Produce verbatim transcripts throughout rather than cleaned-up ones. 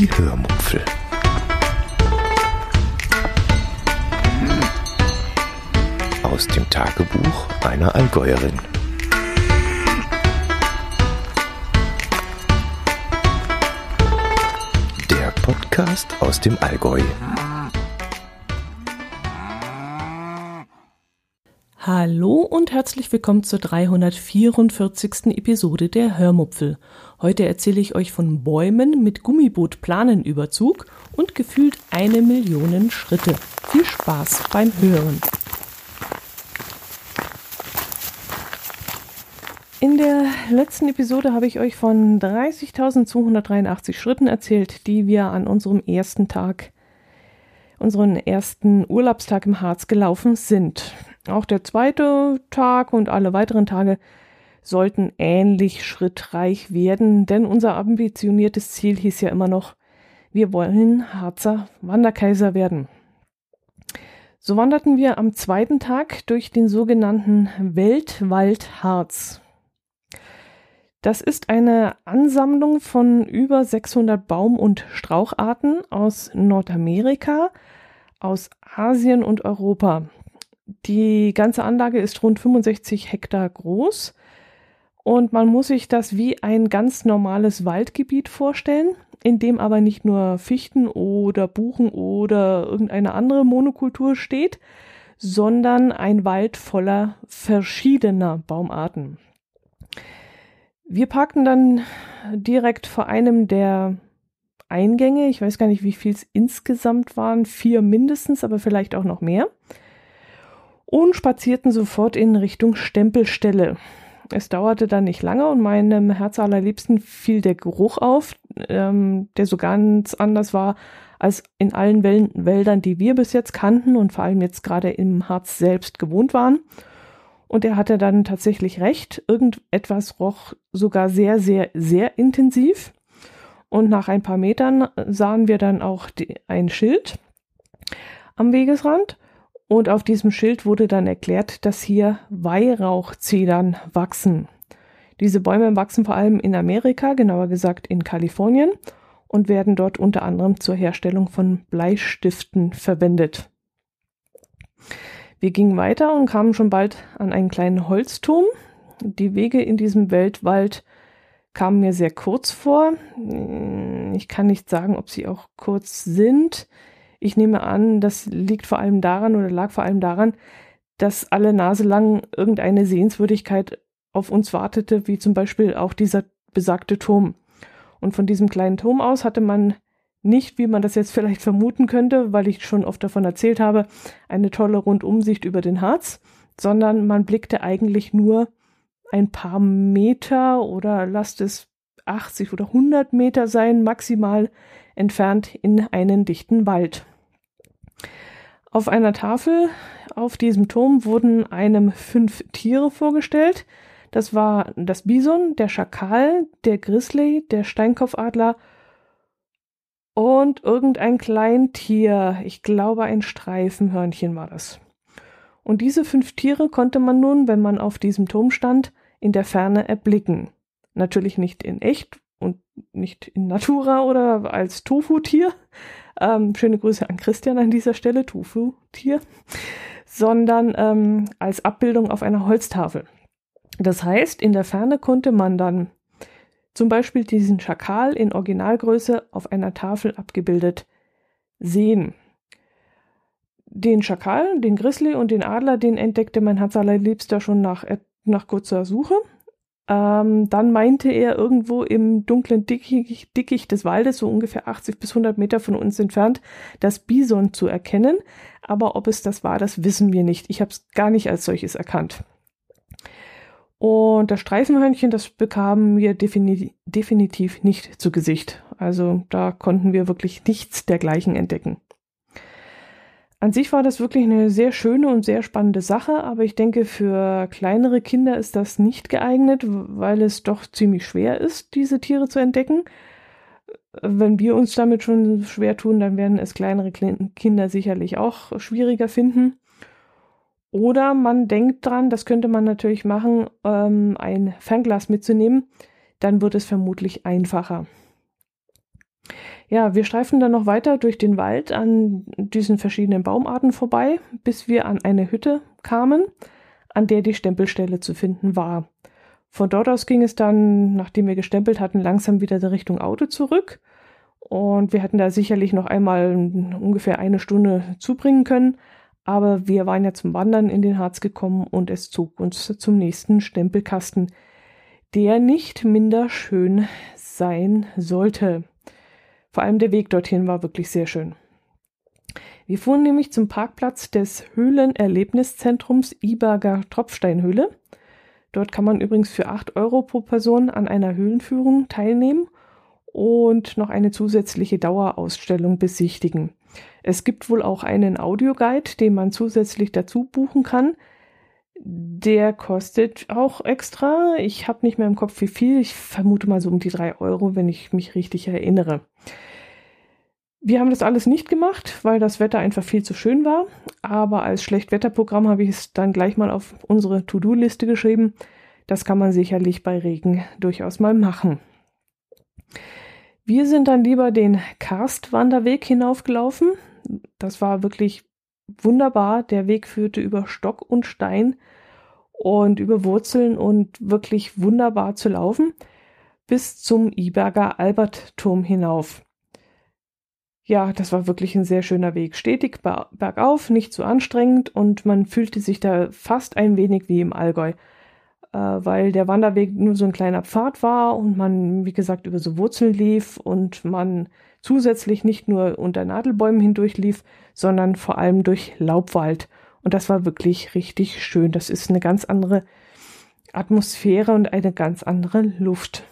Die Hörmupfel. Aus dem Tagebuch einer Allgäuerin. Der Podcast aus dem Allgäu. Hallo und herzlich willkommen zur dreihundertvierundvierzigsten Episode der Hörmupfel. Heute erzähle ich euch von Bäumen mit Gummiboot-Planenüberzug und gefühlt eine Million Schritte. Viel Spaß beim Hören. In der letzten Episode habe ich euch von dreißigtausendzweihundertdreiundachtzig Schritten erzählt, die wir an unserem ersten Tag, unseren ersten Urlaubstag im Harz gelaufen sind. Auch der zweite Tag und alle weiteren Tage sollten ähnlich schrittreich werden, denn unser ambitioniertes Ziel hieß ja immer noch, wir wollen Harzer Wanderkaiser werden. So wanderten wir am zweiten Tag durch den sogenannten Weltwald Harz. Das ist eine Ansammlung von über sechshundert Baum- und Straucharten aus Nordamerika, aus Asien und Europa. Die ganze Anlage ist rund fünfundsechzig Hektar groß und man muss sich das wie ein ganz normales Waldgebiet vorstellen, in dem aber nicht nur Fichten oder Buchen oder irgendeine andere Monokultur steht, sondern ein Wald voller verschiedener Baumarten. Wir parkten dann direkt vor einem der Eingänge, ich weiß gar nicht, wie viel es insgesamt waren, vier mindestens, aber vielleicht auch noch mehr. Und spazierten sofort in Richtung Stempelstelle. Es dauerte dann nicht lange und meinem Herzallerliebsten fiel der Geruch auf, ähm, der so ganz anders war als in allen Wäl- Wäldern, die wir bis jetzt kannten und vor allem jetzt gerade im Harz selbst gewohnt waren. Und er hatte dann tatsächlich recht, irgendetwas roch sogar sehr, sehr, sehr intensiv. Und nach ein paar Metern sahen wir dann auch die, ein Schild am Wegesrand. Und auf diesem Schild wurde dann erklärt, dass hier Weihrauchzedern wachsen. Diese Bäume wachsen vor allem in Amerika, genauer gesagt in Kalifornien, und werden dort unter anderem zur Herstellung von Bleistiften verwendet. Wir gingen weiter und kamen schon bald an einen kleinen Holzturm. Die Wege in diesem Weltwald kamen mir sehr kurz vor. Ich kann nicht sagen, ob sie auch kurz sind. Ich nehme an, das liegt vor allem daran oder lag vor allem daran, dass alle Nase lang irgendeine Sehenswürdigkeit auf uns wartete, wie zum Beispiel auch dieser besagte Turm. Und von diesem kleinen Turm aus hatte man nicht, wie man das jetzt vielleicht vermuten könnte, weil ich schon oft davon erzählt habe, eine tolle Rundumsicht über den Harz, sondern man blickte eigentlich nur ein paar Meter oder lasst es achtzig oder hundert Meter sein, maximal entfernt in einen dichten Wald. Auf einer Tafel auf diesem Turm wurden einem fünf Tiere vorgestellt. Das war das Bison, der Schakal, der Grizzly, der Steinkopfadler und irgendein Kleintier. Ich glaube, ein Streifenhörnchen war das. Und diese fünf Tiere konnte man nun, wenn man auf diesem Turm stand, in der Ferne erblicken. Natürlich nicht in echt und nicht in Natura oder als Tofu-Tier. Ähm, schöne Grüße an Christian an dieser Stelle, Tofu-Tier. Sondern ähm, als Abbildung auf einer Holztafel. Das heißt, in der Ferne konnte man dann zum Beispiel diesen Schakal in Originalgröße auf einer Tafel abgebildet sehen. Den Schakal, den Grizzly und den Adler, den entdeckte mein Herzallerliebster schon nach, nach kurzer Suche. Ähm, dann meinte er irgendwo im dunklen Dickicht, Dickicht des Waldes, so ungefähr achtzig bis hundert Meter von uns entfernt, das Bison zu erkennen. Aber ob es das war, das wissen wir nicht. Ich habe es gar nicht als solches erkannt. Und das Streifenhörnchen, das bekamen wir defini- definitiv nicht zu Gesicht. Also da konnten wir wirklich nichts dergleichen entdecken. An sich war das wirklich eine sehr schöne und sehr spannende Sache, aber ich denke, für kleinere Kinder ist das nicht geeignet, weil es doch ziemlich schwer ist, diese Tiere zu entdecken. Wenn wir uns damit schon schwer tun, dann werden es kleinere Kinder sicherlich auch schwieriger finden. Oder man denkt dran, das könnte man natürlich machen, ähm, ein Fernglas mitzunehmen, dann wird es vermutlich einfacher. Ja, wir streifen dann noch weiter durch den Wald an diesen verschiedenen Baumarten vorbei, bis wir an eine Hütte kamen, an der die Stempelstelle zu finden war. Von dort aus ging es dann, nachdem wir gestempelt hatten, langsam wieder Richtung Auto zurück. Und wir hätten da sicherlich noch einmal ungefähr eine Stunde zubringen können. Aber wir waren ja zum Wandern in den Harz gekommen und es zog uns zum nächsten Stempelkasten, der nicht minder schön sein sollte. Vor allem der Weg dorthin war wirklich sehr schön. Wir fuhren nämlich zum Parkplatz des Höhlenerlebniszentrums Iberger Tropfsteinhöhle. Dort kann man übrigens für acht Euro pro Person an einer Höhlenführung teilnehmen und noch eine zusätzliche Dauerausstellung besichtigen. Es gibt wohl auch einen Audioguide, den man zusätzlich dazu buchen kann. Der kostet auch extra. Ich habe nicht mehr im Kopf, wie viel. Ich vermute mal so um die drei Euro, wenn ich mich richtig erinnere. Wir haben das alles nicht gemacht, weil das Wetter einfach viel zu schön war. Aber als Schlechtwetterprogramm habe ich es dann gleich mal auf unsere To-Do-Liste geschrieben. Das kann man sicherlich bei Regen durchaus mal machen. Wir sind dann lieber den Karstwanderweg hinaufgelaufen. Das war wirklich wunderbar. Der Weg führte über Stock und Stein und über Wurzeln und wirklich wunderbar zu laufen bis zum Iberger Albertturm hinauf. Ja, das war wirklich ein sehr schöner Weg. Stetig bergauf, nicht so anstrengend und man fühlte sich da fast ein wenig wie im Allgäu, äh, weil der Wanderweg nur so ein kleiner Pfad war und man, wie gesagt, über so Wurzeln lief und man zusätzlich nicht nur unter Nadelbäumen hindurch lief, sondern vor allem durch Laubwald. Und das war wirklich richtig schön. Das ist eine ganz andere Atmosphäre und eine ganz andere Luft.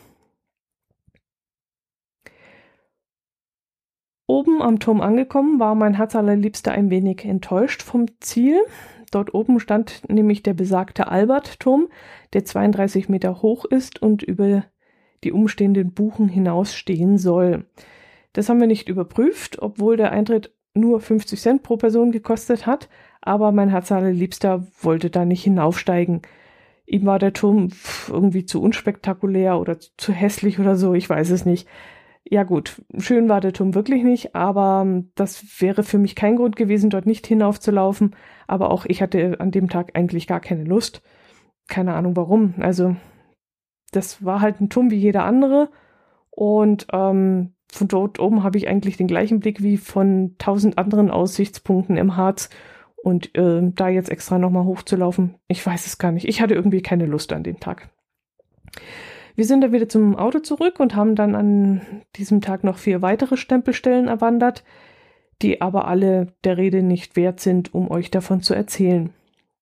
Oben am Turm angekommen, war mein Herzallerliebster ein wenig enttäuscht vom Ziel. Dort oben stand nämlich der besagte Albertturm, der zweiunddreißig Meter hoch ist und über die umstehenden Buchen hinaus stehen soll. Das haben wir nicht überprüft, obwohl der Eintritt nur fünfzig Cent pro Person gekostet hat, aber mein Herzallerliebster wollte da nicht hinaufsteigen. Ihm war der Turm irgendwie zu unspektakulär oder zu hässlich oder so, ich weiß es nicht. Ja gut, schön war der Turm wirklich nicht, aber das wäre für mich kein Grund gewesen, dort nicht hinaufzulaufen. Aber auch ich hatte an dem Tag eigentlich gar keine Lust. Keine Ahnung warum. Also das war halt ein Turm wie jeder andere. Und ähm, von dort oben habe ich eigentlich den gleichen Blick wie von tausend anderen Aussichtspunkten im Harz. Und äh, da jetzt extra nochmal hochzulaufen, ich weiß es gar nicht. Ich hatte irgendwie keine Lust an dem Tag. Wir sind dann wieder zum Auto zurück und haben dann an diesem Tag noch vier weitere Stempelstellen erwandert, die aber alle der Rede nicht wert sind, um euch davon zu erzählen.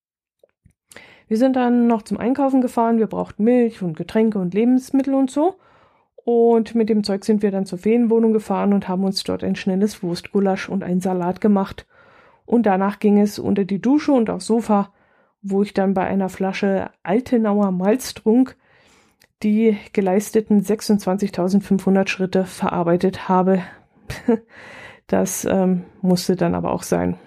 Wir sind dann noch zum Einkaufen gefahren, wir brauchten Milch und Getränke und Lebensmittel und so. Und mit dem Zeug sind wir dann zur Ferienwohnung gefahren und haben uns dort ein schnelles Wurstgulasch und einen Salat gemacht. Und danach ging es unter die Dusche und aufs Sofa, wo ich dann bei einer Flasche Altenauer Malztrunk die geleisteten sechsundzwanzigtausendfünfhundert Schritte verarbeitet habe. Das ähm, musste dann aber auch sein.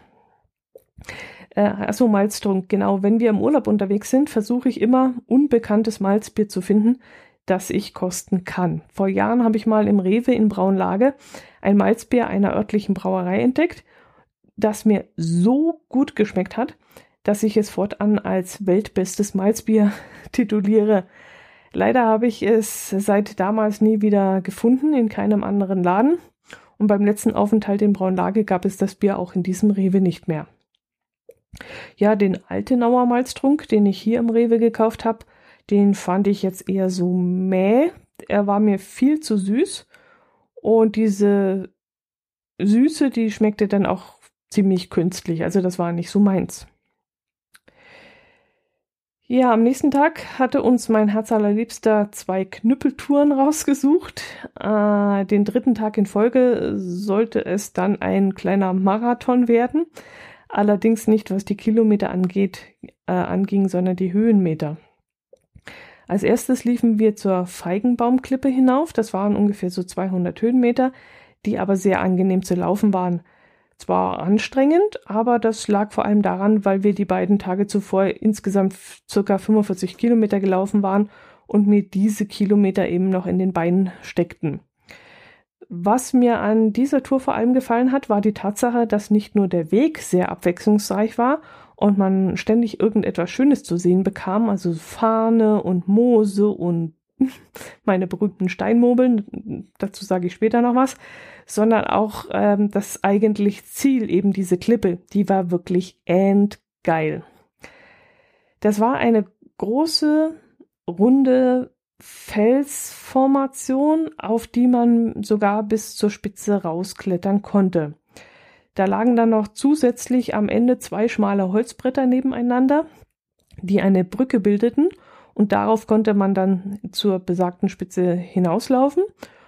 Äh, achso, Malztrunk, genau. Wenn wir im Urlaub unterwegs sind, versuche ich immer, unbekanntes Malzbier zu finden, das ich kosten kann. Vor Jahren habe ich mal im Rewe in Braunlage ein Malzbier einer örtlichen Brauerei entdeckt, das mir so gut geschmeckt hat, dass ich es fortan als weltbestes Malzbier tituliere. Leider habe ich es seit damals nie wieder gefunden, in keinem anderen Laden. Und beim letzten Aufenthalt in Braunlage gab es das Bier auch in diesem Rewe nicht mehr. Ja, den Altenauer Malztrunk, den ich hier im Rewe gekauft habe, den fand ich jetzt eher so mäh. Er war mir viel zu süß. Und diese Süße, die schmeckte dann auch ziemlich künstlich. Also das war nicht so meins. Ja, am nächsten Tag hatte uns mein Herzallerliebster zwei Knüppeltouren rausgesucht. Äh, den dritten Tag in Folge sollte es dann ein kleiner Marathon werden. Allerdings nicht, was die Kilometer angeht, äh, anging, sondern die Höhenmeter. Als erstes liefen wir zur Feigenbaumklippe hinauf. Das waren ungefähr so zweihundert Höhenmeter, die aber sehr angenehm zu laufen waren. Zwar anstrengend, aber das lag vor allem daran, weil wir die beiden Tage zuvor insgesamt ca. fünfundvierzig Kilometer gelaufen waren und mir diese Kilometer eben noch in den Beinen steckten. Was mir an dieser Tour vor allem gefallen hat, war die Tatsache, dass nicht nur der Weg sehr abwechslungsreich war und man ständig irgendetwas Schönes zu sehen bekam, also Farne und Moose und meine berühmten Steinmurmeln, dazu sage ich später noch was, sondern auch ähm, das eigentliche Ziel, eben diese Klippe, die war wirklich endgeil. Das war eine große, runde Felsformation, auf die man sogar bis zur Spitze rausklettern konnte. Da lagen dann noch zusätzlich am Ende zwei schmale Holzbretter nebeneinander, die eine Brücke bildeten, und darauf konnte man dann zur besagten Spitze hinauslaufen.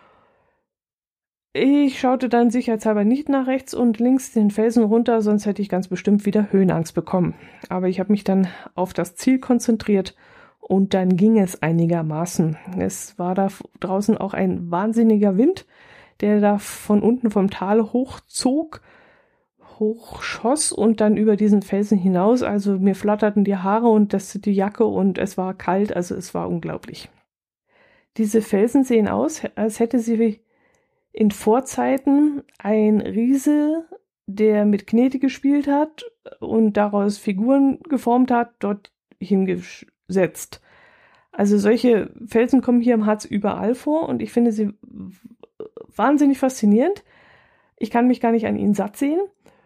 Ich schaute dann sicherheitshalber nicht nach rechts und links den Felsen runter, sonst hätte ich ganz bestimmt wieder Höhenangst bekommen. Aber ich habe mich dann auf das Ziel konzentriert und dann ging es einigermaßen. Es war da draußen auch ein wahnsinniger Wind, der da von unten vom Tal hochzog, hochschoss und dann über diesen Felsen hinaus. Also mir flatterten die Haare und das, die Jacke und es war kalt, also es war unglaublich. Diese Felsen sehen aus, als hätte sie in Vorzeiten ein Riese, der mit Knete gespielt hat und daraus Figuren geformt hat, dort hingesetzt. Also solche Felsen kommen hier im Harz überall vor und ich finde sie wahnsinnig faszinierend. Ich kann mich gar nicht an ihnen satt sehen.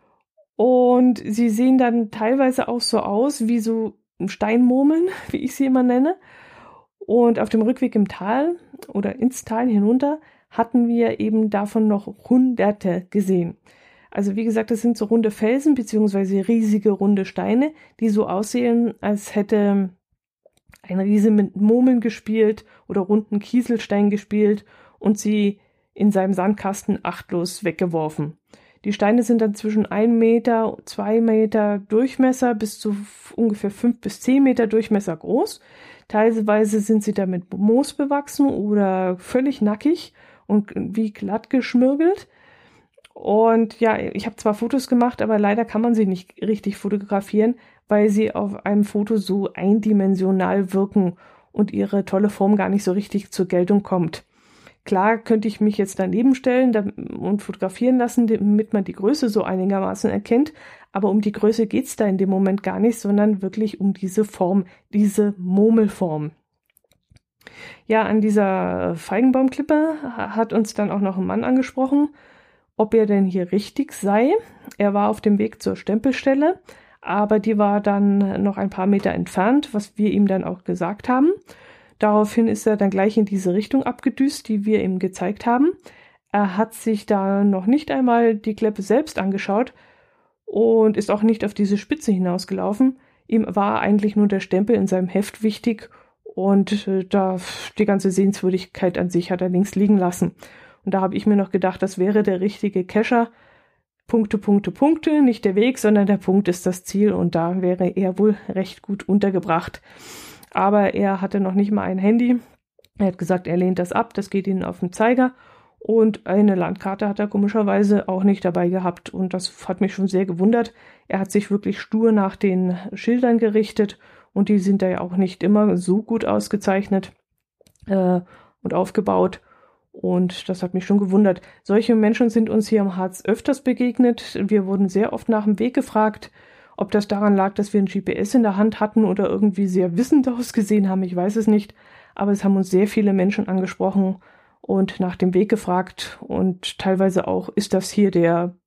Und sie sehen dann teilweise auch so aus wie so Steinmurmeln, wie ich sie immer nenne. Und auf dem Rückweg im Tal oder ins Tal hinunter hatten wir eben davon noch Hunderte gesehen. Also wie gesagt, das sind so runde Felsen beziehungsweise riesige runde Steine, die so aussehen, als hätte ein Riese mit Murmeln gespielt oder runden Kieselstein gespielt und sie in seinem Sandkasten achtlos weggeworfen. Die Steine sind dann zwischen ein Meter, zwei Meter Durchmesser bis zu ungefähr fünf bis zehn Meter Durchmesser groß. Teilweise sind sie dann mit Moos bewachsen oder völlig nackig und wie glatt geschmirgelt. Und ja, ich habe zwar Fotos gemacht, aber leider kann man sie nicht richtig fotografieren, weil sie auf einem Foto so eindimensional wirken und ihre tolle Form gar nicht so richtig zur Geltung kommt. Klar könnte ich mich jetzt daneben stellen und fotografieren lassen, damit man die Größe so einigermaßen erkennt, aber um die Größe geht's da in dem Moment gar nicht, sondern wirklich um diese Form, diese Murmelform. Ja, an dieser Feigenbaumklippe hat uns dann auch noch ein Mann angesprochen, ob er denn hier richtig sei. Er war auf dem Weg zur Stempelstelle, aber die war dann noch ein paar Meter entfernt, was wir ihm dann auch gesagt haben. Daraufhin ist er dann gleich in diese Richtung abgedüst, die wir ihm gezeigt haben. Er hat sich da noch nicht einmal die Klippe selbst angeschaut und ist auch nicht auf diese Spitze hinausgelaufen. Ihm war eigentlich nur der Stempel in seinem Heft wichtig und äh, da die ganze Sehenswürdigkeit an sich hat er links liegen lassen. Und da habe ich mir noch gedacht, das wäre der richtige Kescher. Punkte, Punkte, Punkte, nicht der Weg, sondern der Punkt ist das Ziel und da wäre er wohl recht gut untergebracht. Aber er hatte noch nicht mal ein Handy. Er hat gesagt, er lehnt das ab, das geht ihnen auf den Zeiger. Und eine Landkarte hat er komischerweise auch nicht dabei gehabt. Und das hat mich schon sehr gewundert. Er hat sich wirklich stur nach den Schildern gerichtet. Und die sind da ja auch nicht immer so gut ausgezeichnet äh, und aufgebaut. Und das hat mich schon gewundert. Solche Menschen sind uns hier im Harz öfters begegnet. Wir wurden sehr oft nach dem Weg gefragt. Ob das daran lag, dass wir ein G P S in der Hand hatten oder irgendwie sehr wissend ausgesehen haben, ich weiß es nicht. Aber es haben uns sehr viele Menschen angesprochen und nach dem Weg gefragt. Und teilweise auch, ist das hier der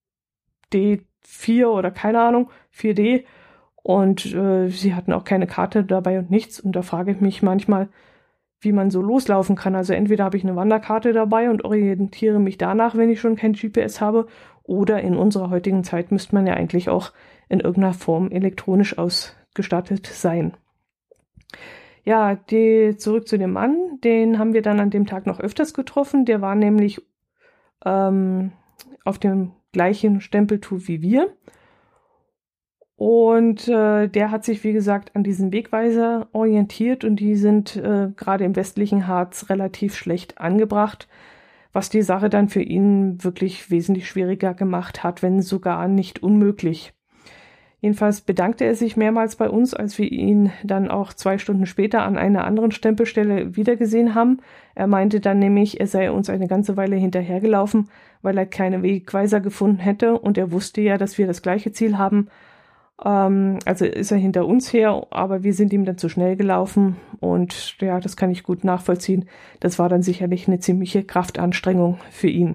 D vier oder keine Ahnung, vier D? Und äh, sie hatten auch keine Karte dabei und nichts. Und da frage ich mich manchmal, wie man so loslaufen kann. Also entweder habe ich eine Wanderkarte dabei und orientiere mich danach, wenn ich schon kein G P S habe. Oder in unserer heutigen Zeit müsste man ja eigentlich auch in irgendeiner Form elektronisch ausgestattet sein. Ja, die, zurück zu dem Mann, den haben wir dann an dem Tag noch öfters getroffen. Der war nämlich ähm, auf dem gleichen Stempeltour wie wir. Und äh, der hat sich, wie gesagt, an diesen Wegweiser orientiert und die sind äh, gerade im westlichen Harz relativ schlecht angebracht, was die Sache dann für ihn wirklich wesentlich schwieriger gemacht hat, wenn sogar nicht unmöglich. Jedenfalls bedankte er sich mehrmals bei uns, als wir ihn dann auch zwei Stunden später an einer anderen Stempelstelle wiedergesehen haben. Er meinte dann nämlich, er sei uns eine ganze Weile hinterhergelaufen, weil er keine Wegweiser gefunden hätte und er wusste ja, dass wir das gleiche Ziel haben. Ähm, also ist er hinter uns her, aber wir sind ihm dann zu schnell gelaufen und ja, das kann ich gut nachvollziehen. Das war dann sicherlich eine ziemliche Kraftanstrengung für ihn.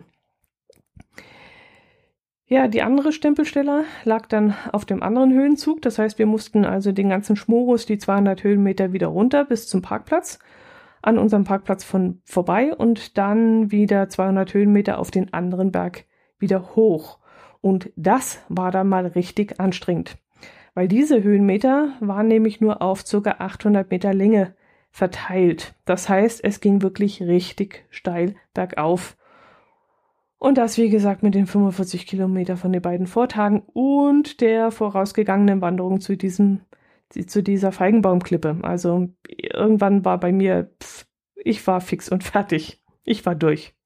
Ja, die andere Stempelstelle lag dann auf dem anderen Höhenzug. Das heißt, wir mussten also den ganzen Schmorus, die zweihundert Höhenmeter wieder runter bis zum Parkplatz, an unserem Parkplatz von vorbei und dann wieder zweihundert Höhenmeter auf den anderen Berg wieder hoch. Und das war dann mal richtig anstrengend, weil diese Höhenmeter waren nämlich nur auf ca. achthundert Meter Länge verteilt. Das heißt, es ging wirklich richtig steil bergauf. Und das, wie gesagt, mit den fünfundvierzig Kilometer von den beiden Vortagen und der vorausgegangenen Wanderung zu diesem, zu dieser Feigenbaumklippe. Also irgendwann war bei mir, pff, ich war fix und fertig. Ich war durch.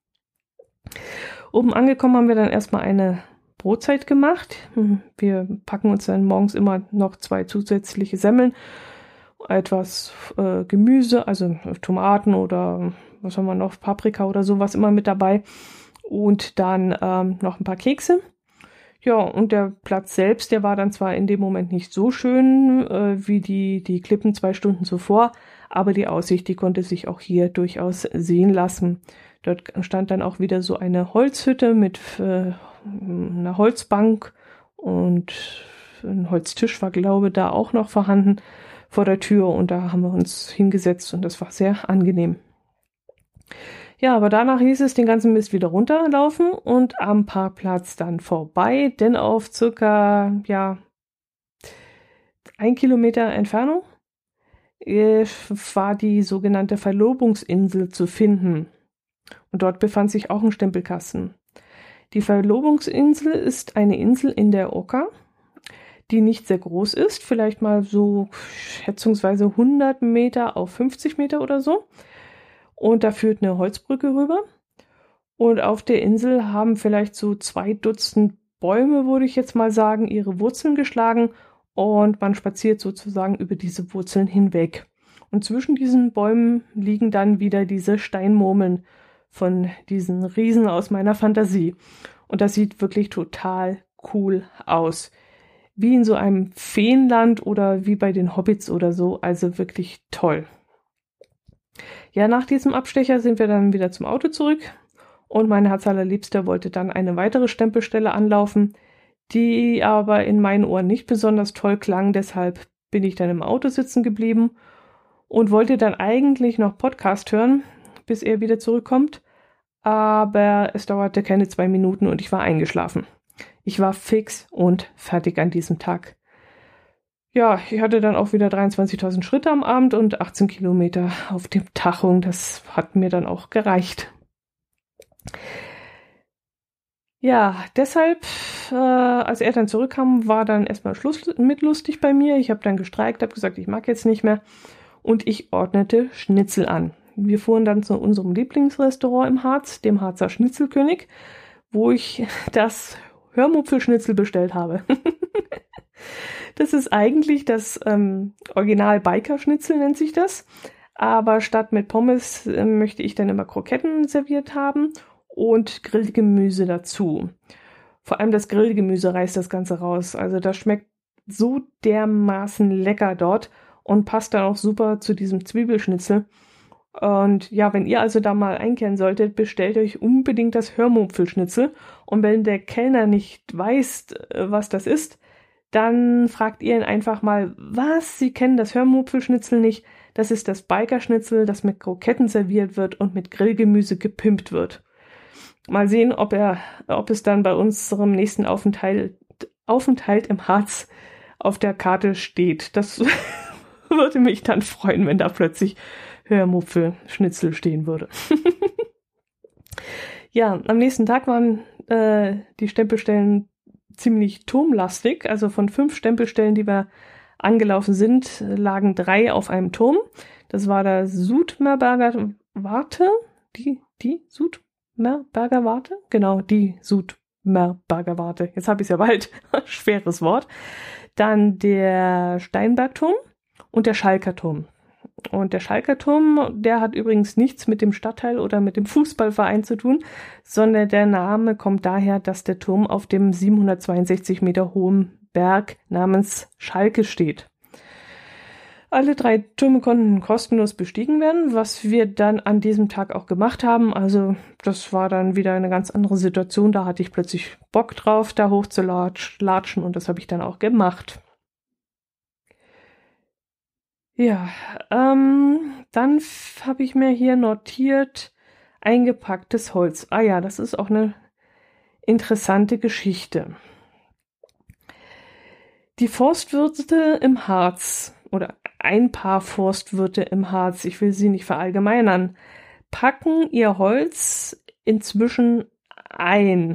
Oben angekommen haben wir dann erstmal eine Brotzeit gemacht. Wir packen uns dann morgens immer noch zwei zusätzliche Semmeln, etwas äh, Gemüse, also Tomaten oder was haben wir noch, Paprika oder sowas immer mit dabei. Und dann ähm, noch ein paar Kekse. Ja, und der Platz selbst, der war dann zwar in dem Moment nicht so schön äh, wie die, die Klippen zwei Stunden zuvor, aber die Aussicht, die konnte sich auch hier durchaus sehen lassen. Dort stand dann auch wieder so eine Holzhütte mit äh, einer Holzbank und ein Holztisch war, glaube ich, da auch noch vorhanden vor der Tür und da haben wir uns hingesetzt und das war sehr angenehm. Ja, aber danach hieß es, den ganzen Mist wieder runterlaufen und am Parkplatz dann vorbei, denn auf circa, ja, ein Kilometer Entfernung äh, war die sogenannte Verlobungsinsel zu finden. Und dort befand sich auch ein Stempelkasten. Die Verlobungsinsel ist eine Insel in der Oka, die nicht sehr groß ist, vielleicht mal so schätzungsweise hundert Meter auf fünfzig Meter oder so. Und da führt eine Holzbrücke rüber. Und auf der Insel haben vielleicht so zwei Dutzend Bäume, würde ich jetzt mal sagen, ihre Wurzeln geschlagen. Und man spaziert sozusagen über diese Wurzeln hinweg. Und zwischen diesen Bäumen liegen dann wieder diese Steinmurmeln von diesen Riesen aus meiner Fantasie. Und das sieht wirklich total cool aus. Wie in so einem Feenland oder wie bei den Hobbits oder so. Also wirklich toll. Ja, nach diesem Abstecher sind wir dann wieder zum Auto zurück und mein Herzallerliebster wollte dann eine weitere Stempelstelle anlaufen, die aber in meinen Ohren nicht besonders toll klang. Deshalb bin ich dann im Auto sitzen geblieben und wollte dann eigentlich noch Podcast hören, bis er wieder zurückkommt. Aber es dauerte keine zwei Minuten und ich war eingeschlafen. Ich war fix und fertig an diesem Tag. Ja, ich hatte dann auch wieder dreiundzwanzigtausend Schritte am Abend und achtzehn Kilometer auf dem Tacho. Das hat mir dann auch gereicht. Ja, deshalb, äh, als er dann zurückkam, war dann erstmal Schluss mit lustig bei mir. Ich habe dann gestreikt, habe gesagt, ich mag jetzt nicht mehr. Und ich ordnete Schnitzel an. Wir fuhren dann zu unserem Lieblingsrestaurant im Harz, dem Harzer Schnitzelkönig, wo ich das Hörmupfelschnitzel bestellt habe. Das ist eigentlich das ähm, Original-Biker-Schnitzel, nennt sich das. Aber statt mit Pommes äh, möchte ich dann immer Kroketten serviert haben und Grillgemüse dazu. Vor allem das Grillgemüse reißt das Ganze raus. Also das schmeckt so dermaßen lecker dort und passt dann auch super zu diesem Zwiebelschnitzel. Und ja, wenn ihr also da mal einkehren solltet, bestellt euch unbedingt das Hörmupfelschnitzel. Und wenn der Kellner nicht weiß, was das ist, dann fragt ihr ihn einfach mal, was? Sie kennen das Hörmupfelschnitzel nicht? Das ist das Bikerschnitzel, das mit Kroketten serviert wird und mit Grillgemüse gepimpt wird. Mal sehen, ob er, ob es dann bei unserem nächsten Aufenthalt, Aufenthalt im Harz auf der Karte steht. Das würde mich dann freuen, wenn da plötzlich Hörmupfelschnitzel stehen würde. Ja, am nächsten Tag waren äh, die Stempelstellen ziemlich turmlastig. Also von fünf Stempelstellen, die wir angelaufen sind, lagen drei auf einem Turm. Das war der Sudmerberger Warte. Die, die Sudmerberger Warte? Genau, die Sudmerberger Warte. Jetzt habe ich es ja bald. Schweres Wort. dann der Steinbergturm und der Schalker Turm. Und der Schalker Turm, der hat übrigens nichts mit dem Stadtteil oder mit dem Fußballverein zu tun, sondern der Name kommt daher, dass der Turm auf dem siebenhundertzweiundsechzig Meter hohen Berg namens Schalke steht. Alle drei Türme konnten kostenlos bestiegen werden, was wir dann an diesem Tag auch gemacht haben. Also das war dann wieder eine ganz andere Situation. Da hatte ich plötzlich Bock drauf, da hoch zu latschen und das habe ich dann auch gemacht. Ja, ähm, dann habe ich mir hier notiert, eingepacktes Holz. Ah ja, das ist auch eine interessante Geschichte. Die Forstwirte im Harz oder ein paar Forstwirte im Harz, ich will sie nicht verallgemeinern, packen ihr Holz inzwischen ein.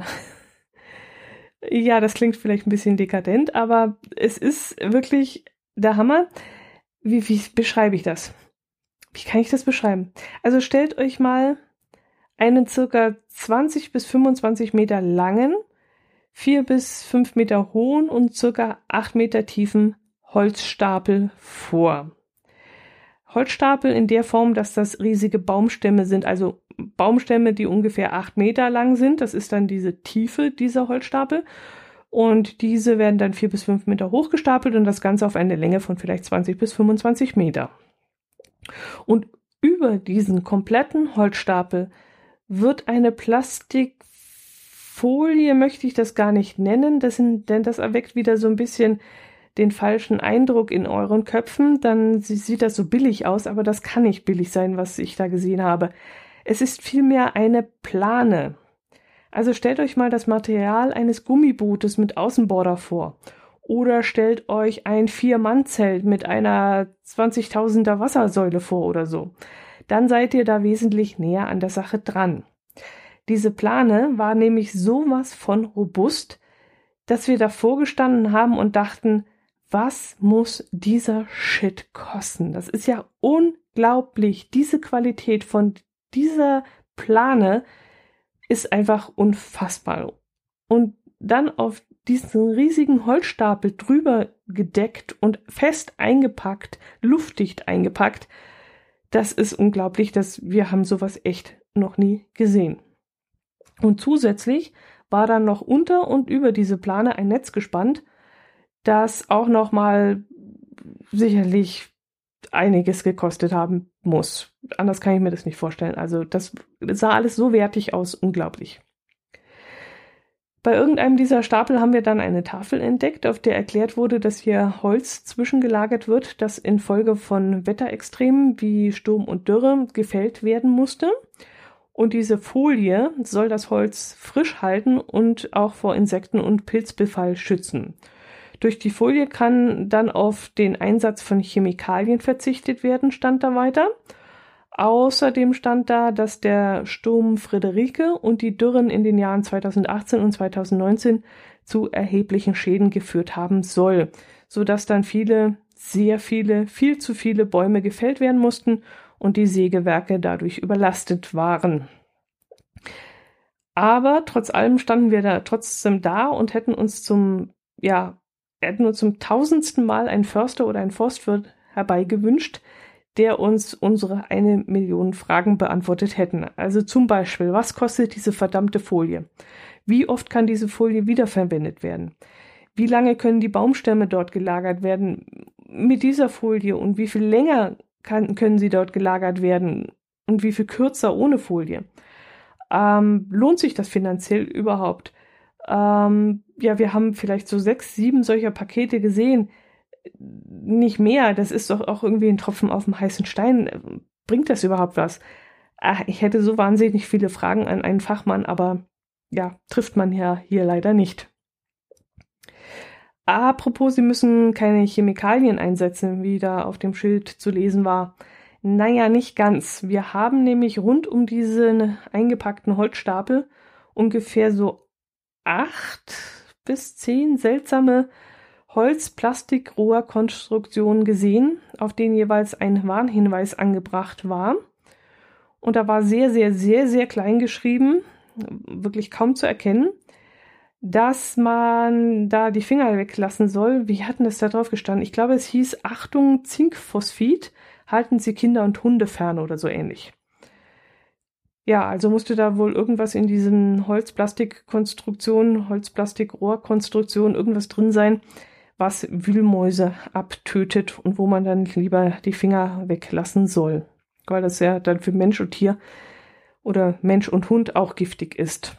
Ja, das klingt vielleicht ein bisschen dekadent, aber es ist wirklich der Hammer. Wie, wie beschreibe ich das? Wie kann ich das beschreiben? Also stellt euch mal einen circa zwanzig bis fünfundzwanzig Meter langen, vier bis fünf Meter hohen und circa acht Meter tiefen Holzstapel vor. Holzstapel in der Form, dass das riesige Baumstämme sind, also Baumstämme, die ungefähr acht Meter lang sind. Das ist dann diese Tiefe dieser Holzstapel. Und diese werden dann vier bis fünf Meter hochgestapelt und das Ganze auf eine Länge von vielleicht zwanzig bis fünfundzwanzig Meter. Und über diesen kompletten Holzstapel wird eine Plastikfolie, möchte ich das gar nicht nennen, das sind, denn das erweckt wieder so ein bisschen den falschen Eindruck in euren Köpfen. Dann sieht das so billig aus, aber das kann nicht billig sein, was ich da gesehen habe. Es ist vielmehr eine Plane. Also stellt euch mal das Material eines Gummibootes mit Außenborder vor. Oder stellt euch ein Vier-Mann-Zelt mit einer zwanzigtausender Wassersäule vor oder so. Dann seid ihr da wesentlich näher an der Sache dran. Diese Plane war nämlich sowas von robust, dass wir davor gestanden haben und dachten, was muss dieser Shit kosten? Das ist ja unglaublich. Diese Qualität von dieser Plane ist einfach unfassbar. Und dann auf diesen riesigen Holzstapel drüber gedeckt und fest eingepackt, luftdicht eingepackt, das ist unglaublich, dass wir haben sowas echt noch nie gesehen. Und zusätzlich war dann noch unter und über diese Plane ein Netz gespannt, das auch noch mal sicherlich einiges gekostet haben muss. Anders kann ich mir das nicht vorstellen. Also das sah alles so wertig aus, unglaublich. Bei irgendeinem dieser Stapel haben wir dann eine Tafel entdeckt, auf der erklärt wurde, dass hier Holz zwischengelagert wird, das infolge von Wetterextremen wie Sturm und Dürre gefällt werden musste. Und diese Folie soll das Holz frisch halten und auch vor Insekten- und Pilzbefall schützen. Durch die Folie kann dann auf den Einsatz von Chemikalien verzichtet werden, stand da weiter. Außerdem stand da, dass der Sturm Friederike und die Dürren in den Jahren zweitausendachtzehn und zweitausendneunzehn zu erheblichen Schäden geführt haben soll, sodass dann viele, sehr viele, viel zu viele Bäume gefällt werden mussten und die Sägewerke dadurch überlastet waren. Aber trotz allem standen wir da trotzdem da und hätten uns zum, ja, hätten uns zum tausendsten Mal einen Förster oder einen Forstwirt herbeigewünscht, der uns unsere eine Million Fragen beantwortet hätten. Also zum Beispiel, was kostet diese verdammte Folie? Wie oft kann diese Folie wiederverwendet werden? Wie lange können die Baumstämme dort gelagert werden mit dieser Folie und wie viel länger kann, können sie dort gelagert werden und wie viel kürzer ohne Folie? Ähm, lohnt sich das finanziell überhaupt? Ähm, ja, wir haben vielleicht so sechs, sieben solcher Pakete gesehen. Nicht mehr, das ist doch auch irgendwie ein Tropfen auf dem heißen Stein. Bringt das überhaupt was? Ach, ich hätte so wahnsinnig viele Fragen an einen Fachmann, aber ja, trifft man ja hier leider nicht. Apropos, Sie müssen keine Chemikalien einsetzen, wie da auf dem Schild zu lesen war. Naja, nicht ganz. Wir haben nämlich rund um diesen eingepackten Holzstapel ungefähr so acht bis zehn seltsame Holz-Plastik-Rohrkonstruktionen gesehen, auf denen jeweils ein Warnhinweis angebracht war. Und da war sehr, sehr, sehr, sehr klein geschrieben, wirklich kaum zu erkennen, dass man da die Finger weglassen soll. Wie hatten es da drauf gestanden? Ich glaube, es hieß, Achtung, Zinkphosphid, halten Sie Kinder und Hunde fern oder so ähnlich. Ja, also musste da wohl irgendwas in diesen Holzplastikkonstruktionen, Holzplastikrohrkonstruktionen, irgendwas drin sein, was Wühlmäuse abtötet und wo man dann lieber die Finger weglassen soll. Weil das ja dann für Mensch und Tier oder Mensch und Hund auch giftig ist.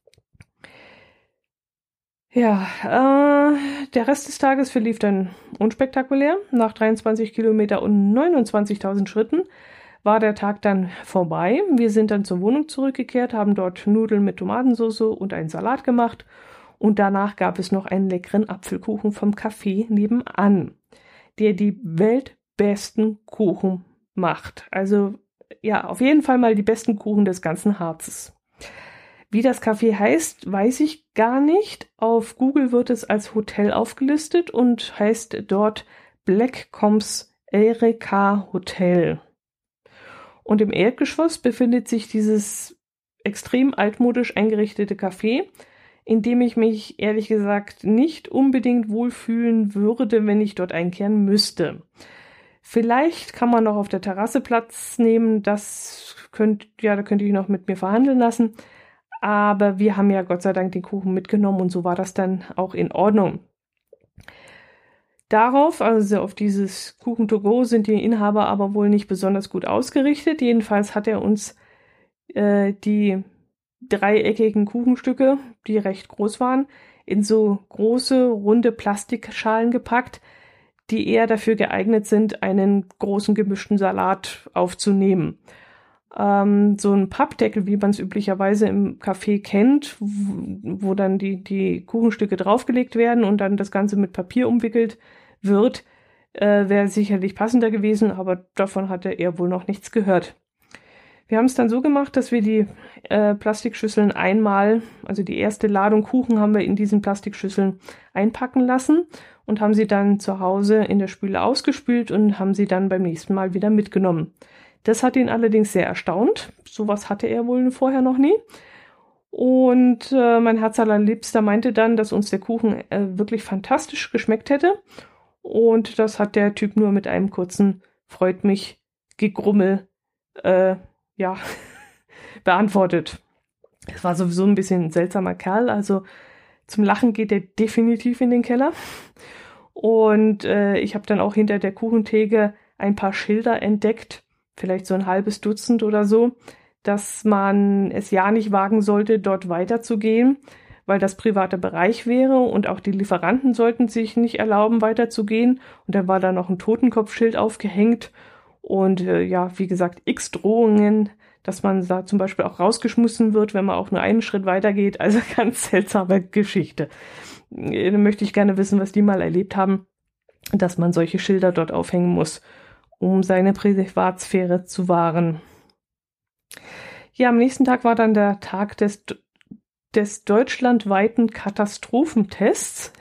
Ja, äh, der Rest des Tages verlief dann unspektakulär. Nach dreiundzwanzig Kilometer und neunundzwanzigtausend Schritten war der Tag dann vorbei. Wir sind dann zur Wohnung zurückgekehrt, haben dort Nudeln mit Tomatensauce und einen Salat gemacht und danach gab es noch einen leckeren Apfelkuchen vom Café nebenan, der die weltbesten Kuchen macht. Also ja, auf jeden Fall mal die besten Kuchen des ganzen Harzes. Wie das Café heißt, weiß ich gar nicht. Auf Google wird es als Hotel aufgelistet und heißt dort Blackcombs Erika Hotel. Und im Erdgeschoss befindet sich dieses extrem altmodisch eingerichtete Café, in dem ich mich ehrlich gesagt nicht unbedingt wohlfühlen würde, wenn ich dort einkehren müsste. Vielleicht kann man noch auf der Terrasse Platz nehmen, das könnt, ja, da könnte ich noch mit mir verhandeln lassen. Aber wir haben ja Gott sei Dank den Kuchen mitgenommen und so war das dann auch in Ordnung. Darauf, also auf dieses Kuchen to go, sind die Inhaber aber wohl nicht besonders gut ausgerichtet. Jedenfalls hat er uns äh, die dreieckigen Kuchenstücke, die recht groß waren, in so große, runde Plastikschalen gepackt, die eher dafür geeignet sind, einen großen gemischten Salat aufzunehmen. Ähm, so ein Pappdeckel, wie man es üblicherweise im Café kennt, wo, wo dann die, die Kuchenstücke draufgelegt werden und dann das Ganze mit Papier umwickelt wird, äh, wäre sicherlich passender gewesen, aber davon hatte er wohl noch nichts gehört. Wir haben es dann so gemacht, dass wir die äh, Plastikschüsseln einmal, also die erste Ladung Kuchen haben wir in diesen Plastikschüsseln einpacken lassen und haben sie dann zu Hause in der Spüle ausgespült und haben sie dann beim nächsten Mal wieder mitgenommen. Das hat ihn allerdings sehr erstaunt. Sowas hatte er wohl vorher noch nie. Und äh, mein Herz allerliebster meinte dann, dass uns der Kuchen äh, wirklich fantastisch geschmeckt hätte. Und das hat der Typ nur mit einem kurzen Freut mich Gegrummel äh, ja, beantwortet. Es war sowieso ein bisschen ein seltsamer Kerl. Also zum Lachen geht er definitiv in den Keller. Und äh, ich habe dann auch hinter der Kuchentheke ein paar Schilder entdeckt, vielleicht so ein halbes Dutzend oder so, dass man es ja nicht wagen sollte, dort weiterzugehen, weil das privater Bereich wäre und auch die Lieferanten sollten sich nicht erlauben, weiterzugehen. Und dann war da noch ein Totenkopfschild aufgehängt und äh, ja, wie gesagt, x Drohungen, dass man da zum Beispiel auch rausgeschmissen wird, wenn man auch nur einen Schritt weitergeht. Also ganz seltsame Geschichte. Da möchte ich gerne wissen, was die mal erlebt haben, dass man solche Schilder dort aufhängen muss, um seine Privatsphäre zu wahren. Ja, am nächsten Tag war dann der Tag des, des deutschlandweiten Katastrophentests,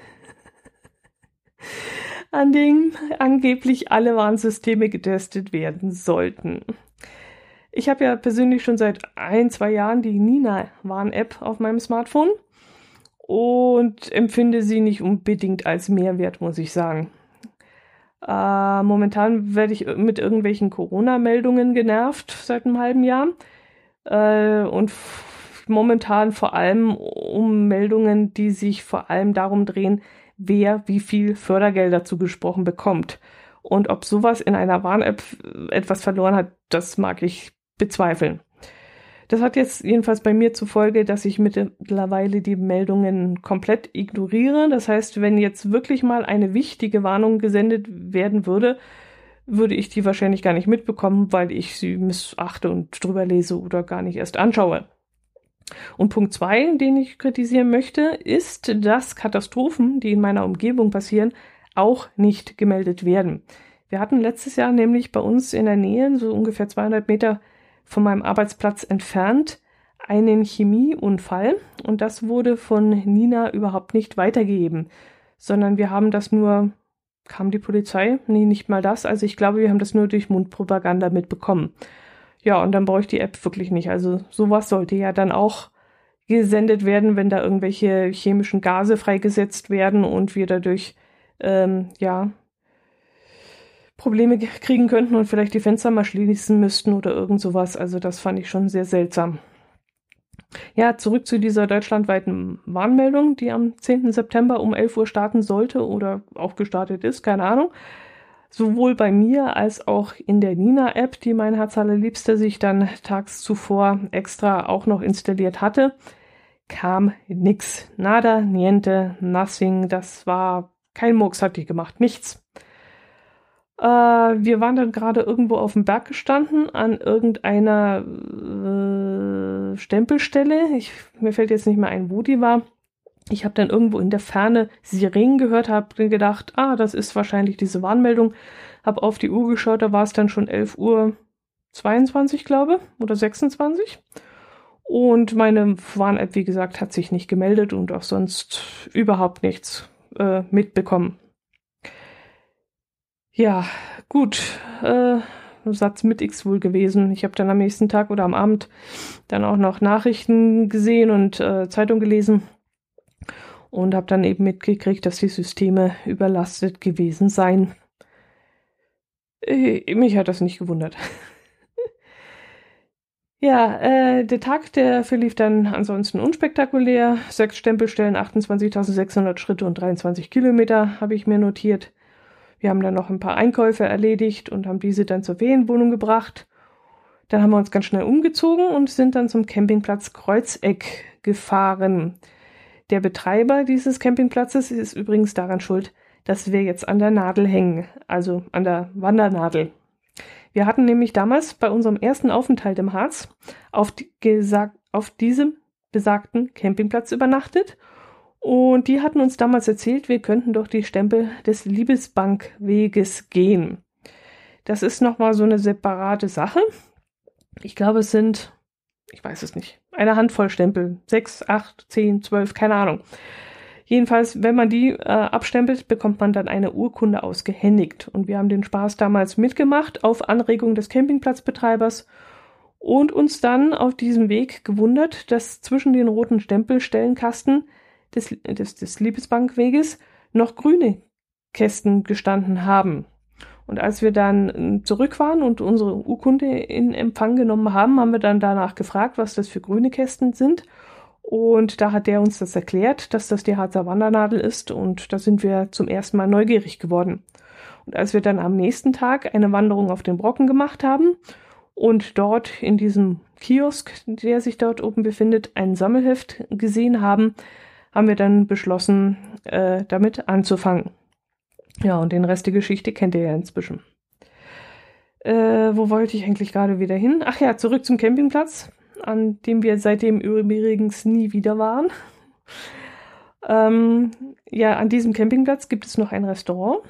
an dem angeblich alle Warnsysteme getestet werden sollten. Ich habe ja persönlich schon seit ein, zwei Jahren die Nina-Warn-App auf meinem Smartphone und empfinde sie nicht unbedingt als Mehrwert, muss ich sagen. Äh, momentan werde ich mit irgendwelchen Corona-Meldungen genervt seit einem halben Jahr äh, und f- momentan vor allem um Meldungen, die sich vor allem darum drehen, wer wie viel Fördergelder zugesprochen bekommt. Und ob sowas in einer Warn-App etwas verloren hat, das mag ich bezweifeln. Das hat jetzt jedenfalls bei mir zur Folge, dass ich mittlerweile die Meldungen komplett ignoriere. Das heißt, wenn jetzt wirklich mal eine wichtige Warnung gesendet werden würde, würde ich die wahrscheinlich gar nicht mitbekommen, weil ich sie missachte und drüber lese oder gar nicht erst anschaue. Und Punkt zwei, den ich kritisieren möchte, ist, dass Katastrophen, die in meiner Umgebung passieren, auch nicht gemeldet werden. Wir hatten letztes Jahr nämlich bei uns in der Nähe, so ungefähr zweihundert Meter von meinem Arbeitsplatz entfernt, einen Chemieunfall und das wurde von Nina überhaupt nicht weitergegeben, sondern wir haben das nur, kam die Polizei? Nee, nicht mal das, also ich glaube, wir haben das nur durch Mundpropaganda mitbekommen. Ja, und dann brauche ich die App wirklich nicht, also sowas sollte ja dann auch gesendet werden, wenn da irgendwelche chemischen Gase freigesetzt werden und wir dadurch ähm, ja Probleme kriegen könnten und vielleicht die Fenster mal schließen müssten oder irgend sowas. Also das fand ich schon sehr seltsam. Ja, zurück zu dieser deutschlandweiten Warnmeldung, die am zehnten September um elf Uhr starten sollte oder auch gestartet ist, keine Ahnung. Sowohl bei mir als auch in der Nina-App, die mein Herz allerliebster sich dann tags zuvor extra auch noch installiert hatte, kam nix. Nada, niente, nothing. Das war, kein Murks hat die gemacht, nichts. Äh, wir waren dann gerade irgendwo auf dem Berg gestanden, an irgendeiner äh, Stempelstelle. Ich, mir fällt jetzt nicht mehr ein, wo die war. Ich habe dann irgendwo in der Ferne Sirenen gehört, habe gedacht, ah, das ist wahrscheinlich diese Warnmeldung. Habe auf die Uhr geschaut, da war es dann schon elf Uhr zweiundzwanzig, glaube ich, oder sechsundzwanzig. Und meine Warn-App, wie gesagt, hat sich nicht gemeldet und auch sonst überhaupt nichts äh, mitbekommen. Ja, gut, äh, Satz mit X wohl gewesen. Ich habe dann am nächsten Tag oder am Abend dann auch noch Nachrichten gesehen und äh, Zeitung gelesen und habe dann eben mitgekriegt, dass die Systeme überlastet gewesen seien. Äh, mich hat das nicht gewundert. Ja, äh, der Tag, der verlief dann ansonsten unspektakulär. Sechs Stempelstellen, achtundzwanzigtausendsechshundert Schritte und dreiundzwanzig Kilometer habe ich mir notiert. Wir haben dann noch ein paar Einkäufe erledigt und haben diese dann zur Ferienwohnung gebracht. Dann haben wir uns ganz schnell umgezogen und sind dann zum Campingplatz Kreuzeck gefahren. Der Betreiber dieses Campingplatzes ist übrigens daran schuld, dass wir jetzt an der Nadel hängen, also an der Wandernadel. Wir hatten nämlich damals bei unserem ersten Aufenthalt im Harz auf, die, gesagt, auf diesem besagten Campingplatz übernachtet. Und die hatten uns damals erzählt, wir könnten doch die Stempel des Liebesbankweges gehen. Das ist nochmal so eine separate Sache. Ich glaube, es sind, ich weiß es nicht, eine Handvoll Stempel. Sechs, acht, zehn, zwölf, keine Ahnung. Jedenfalls, wenn man die äh, abstempelt, bekommt man dann eine Urkunde ausgehändigt. Und wir haben den Spaß damals mitgemacht auf Anregung des Campingplatzbetreibers und uns dann auf diesem Weg gewundert, dass zwischen den roten Stempelstellenkasten Des, des, des Liebesbankweges noch grüne Kästen gestanden haben. Und als wir dann zurück waren und unsere Urkunde in Empfang genommen haben, haben wir dann danach gefragt, was das für grüne Kästen sind. Und da hat der uns das erklärt, dass das die Harzer Wandernadel ist. Und da sind wir zum ersten Mal neugierig geworden. Und als wir dann am nächsten Tag eine Wanderung auf den Brocken gemacht haben und dort in diesem Kiosk, der sich dort oben befindet, ein Sammelheft gesehen haben, haben wir dann beschlossen, äh, damit anzufangen. Ja, und den Rest der Geschichte kennt ihr ja inzwischen. Äh, wo wollte ich eigentlich gerade wieder hin? Ach ja, zurück zum Campingplatz, an dem wir seitdem übrigens nie wieder waren. ähm, ja, an diesem Campingplatz gibt es noch ein Restaurant.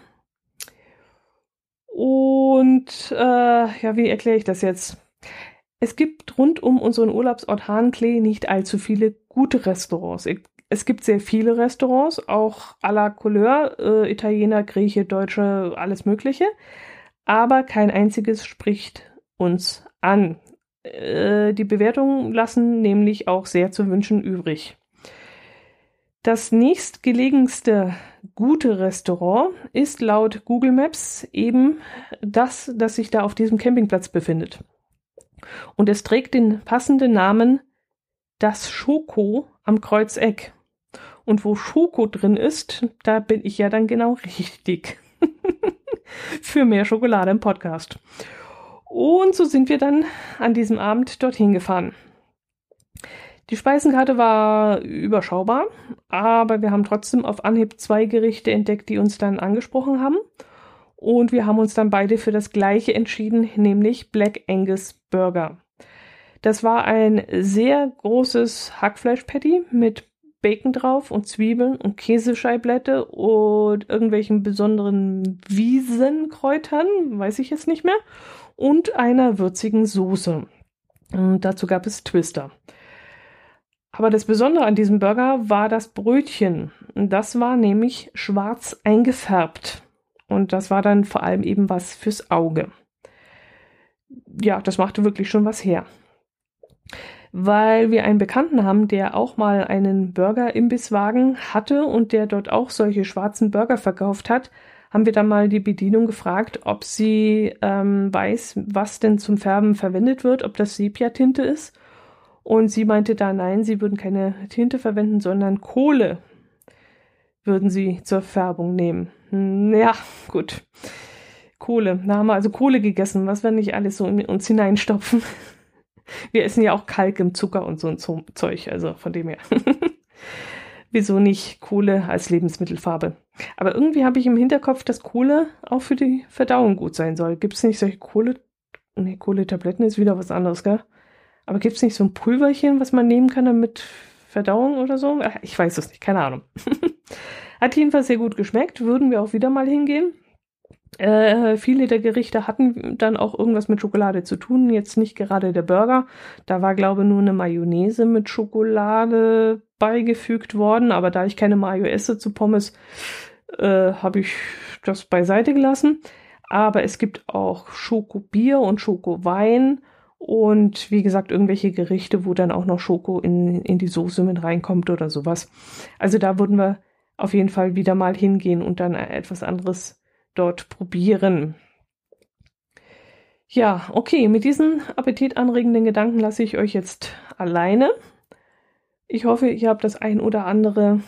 Und, äh, ja, wie erkläre ich das jetzt? Es gibt rund um unseren Urlaubsort Hahnklee nicht allzu viele gute Restaurants. Es gibt sehr viele Restaurants, auch à la Couleur, äh, Italiener, Grieche, Deutsche, alles Mögliche. Aber kein einziges spricht uns an. Äh, die Bewertungen lassen nämlich auch sehr zu wünschen übrig. Das nächstgelegenste gute Restaurant ist laut Google Maps eben das, das sich da auf diesem Campingplatz befindet. Und es trägt den passenden Namen Das Schoko am Kreuzeck. Und wo Schoko drin ist, da bin ich ja dann genau richtig. Für mehr Schokolade im Podcast. Und so sind wir dann an diesem Abend dorthin gefahren. Die Speisenkarte war überschaubar, aber wir haben trotzdem auf Anhieb zwei Gerichte entdeckt, die uns dann angesprochen haben. Und wir haben uns dann beide für das gleiche entschieden, nämlich Black Angus Burger. Das war ein sehr großes Hackfleisch-Patty mit Bacon drauf und Zwiebeln und Käsescheiblette und irgendwelchen besonderen Wiesenkräutern, weiß ich jetzt nicht mehr, und einer würzigen Soße. Und dazu gab es Twister. Aber das Besondere an diesem Burger war das Brötchen. Das war nämlich schwarz eingefärbt. Und das war dann vor allem eben was fürs Auge. Ja, das machte wirklich schon was her. weil wir einen Bekannten haben, der auch mal einen Burger-Imbisswagen hatte und der dort auch solche schwarzen Burger verkauft hat, haben wir dann mal die Bedienung gefragt, ob sie ähm, weiß, was denn zum Färben verwendet wird, ob das Sepia-Tinte ist. Und sie meinte da, nein, sie würden keine Tinte verwenden, sondern Kohle würden sie zur Färbung nehmen. Hm, ja, gut. Kohle. Da haben wir also Kohle gegessen, was wir nicht alles so in uns hineinstopfen. Wir essen ja auch Kalk im Zucker und so ein Zeug, also von dem her. Wieso nicht Kohle als Lebensmittelfarbe? Aber irgendwie habe ich im Hinterkopf, dass Kohle auch für die Verdauung gut sein soll. Gibt es nicht solche Kohle... Nee, Kohletabletten ist wieder was anderes, gell? Aber gibt es nicht so ein Pulverchen, was man nehmen kann, damit Verdauung oder so? Ach, ich weiß es nicht, keine Ahnung. Hat jedenfalls sehr gut geschmeckt, würden wir auch wieder mal hingehen. Äh, viele der Gerichte hatten dann auch irgendwas mit Schokolade zu tun, jetzt nicht gerade der Burger. Da war, glaube ich, nur eine Mayonnaise mit Schokolade beigefügt worden, aber da ich keine Mayo esse zu Pommes, äh, habe ich das beiseite gelassen. Aber es gibt auch Schokobier und Schokowein und wie gesagt irgendwelche Gerichte, wo dann auch noch Schoko in, in die Soße mit reinkommt oder sowas. Also da würden wir auf jeden Fall wieder mal hingehen und dann etwas anderes dort probieren. Ja, okay, mit diesen appetitanregenden Gedanken lasse ich euch jetzt alleine. Ich hoffe, ihr habt das ein oder andere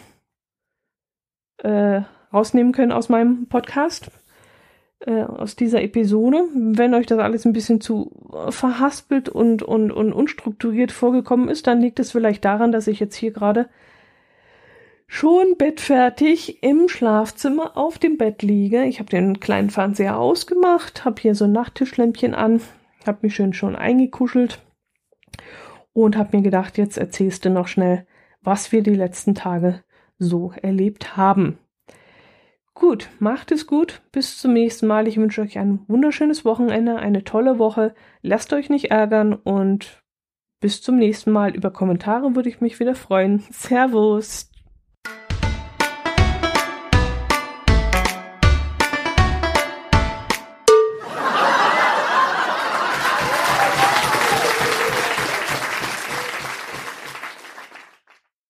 äh, rausnehmen können aus meinem Podcast, äh, aus dieser Episode. Wenn euch das alles ein bisschen zu verhaspelt und, und, und unstrukturiert vorgekommen ist, dann liegt es vielleicht daran, dass ich jetzt hier gerade schon bettfertig im Schlafzimmer auf dem Bett liege. Ich habe den kleinen Fernseher ausgemacht, habe hier so ein Nachttischlämpchen an, habe mich schön schon eingekuschelt und habe mir gedacht, jetzt erzählst du noch schnell, was wir die letzten Tage so erlebt haben. Gut, macht es gut, bis zum nächsten Mal. Ich wünsche euch ein wunderschönes Wochenende, eine tolle Woche. Lasst euch nicht ärgern und bis zum nächsten Mal. Über Kommentare würde ich mich wieder freuen. Servus!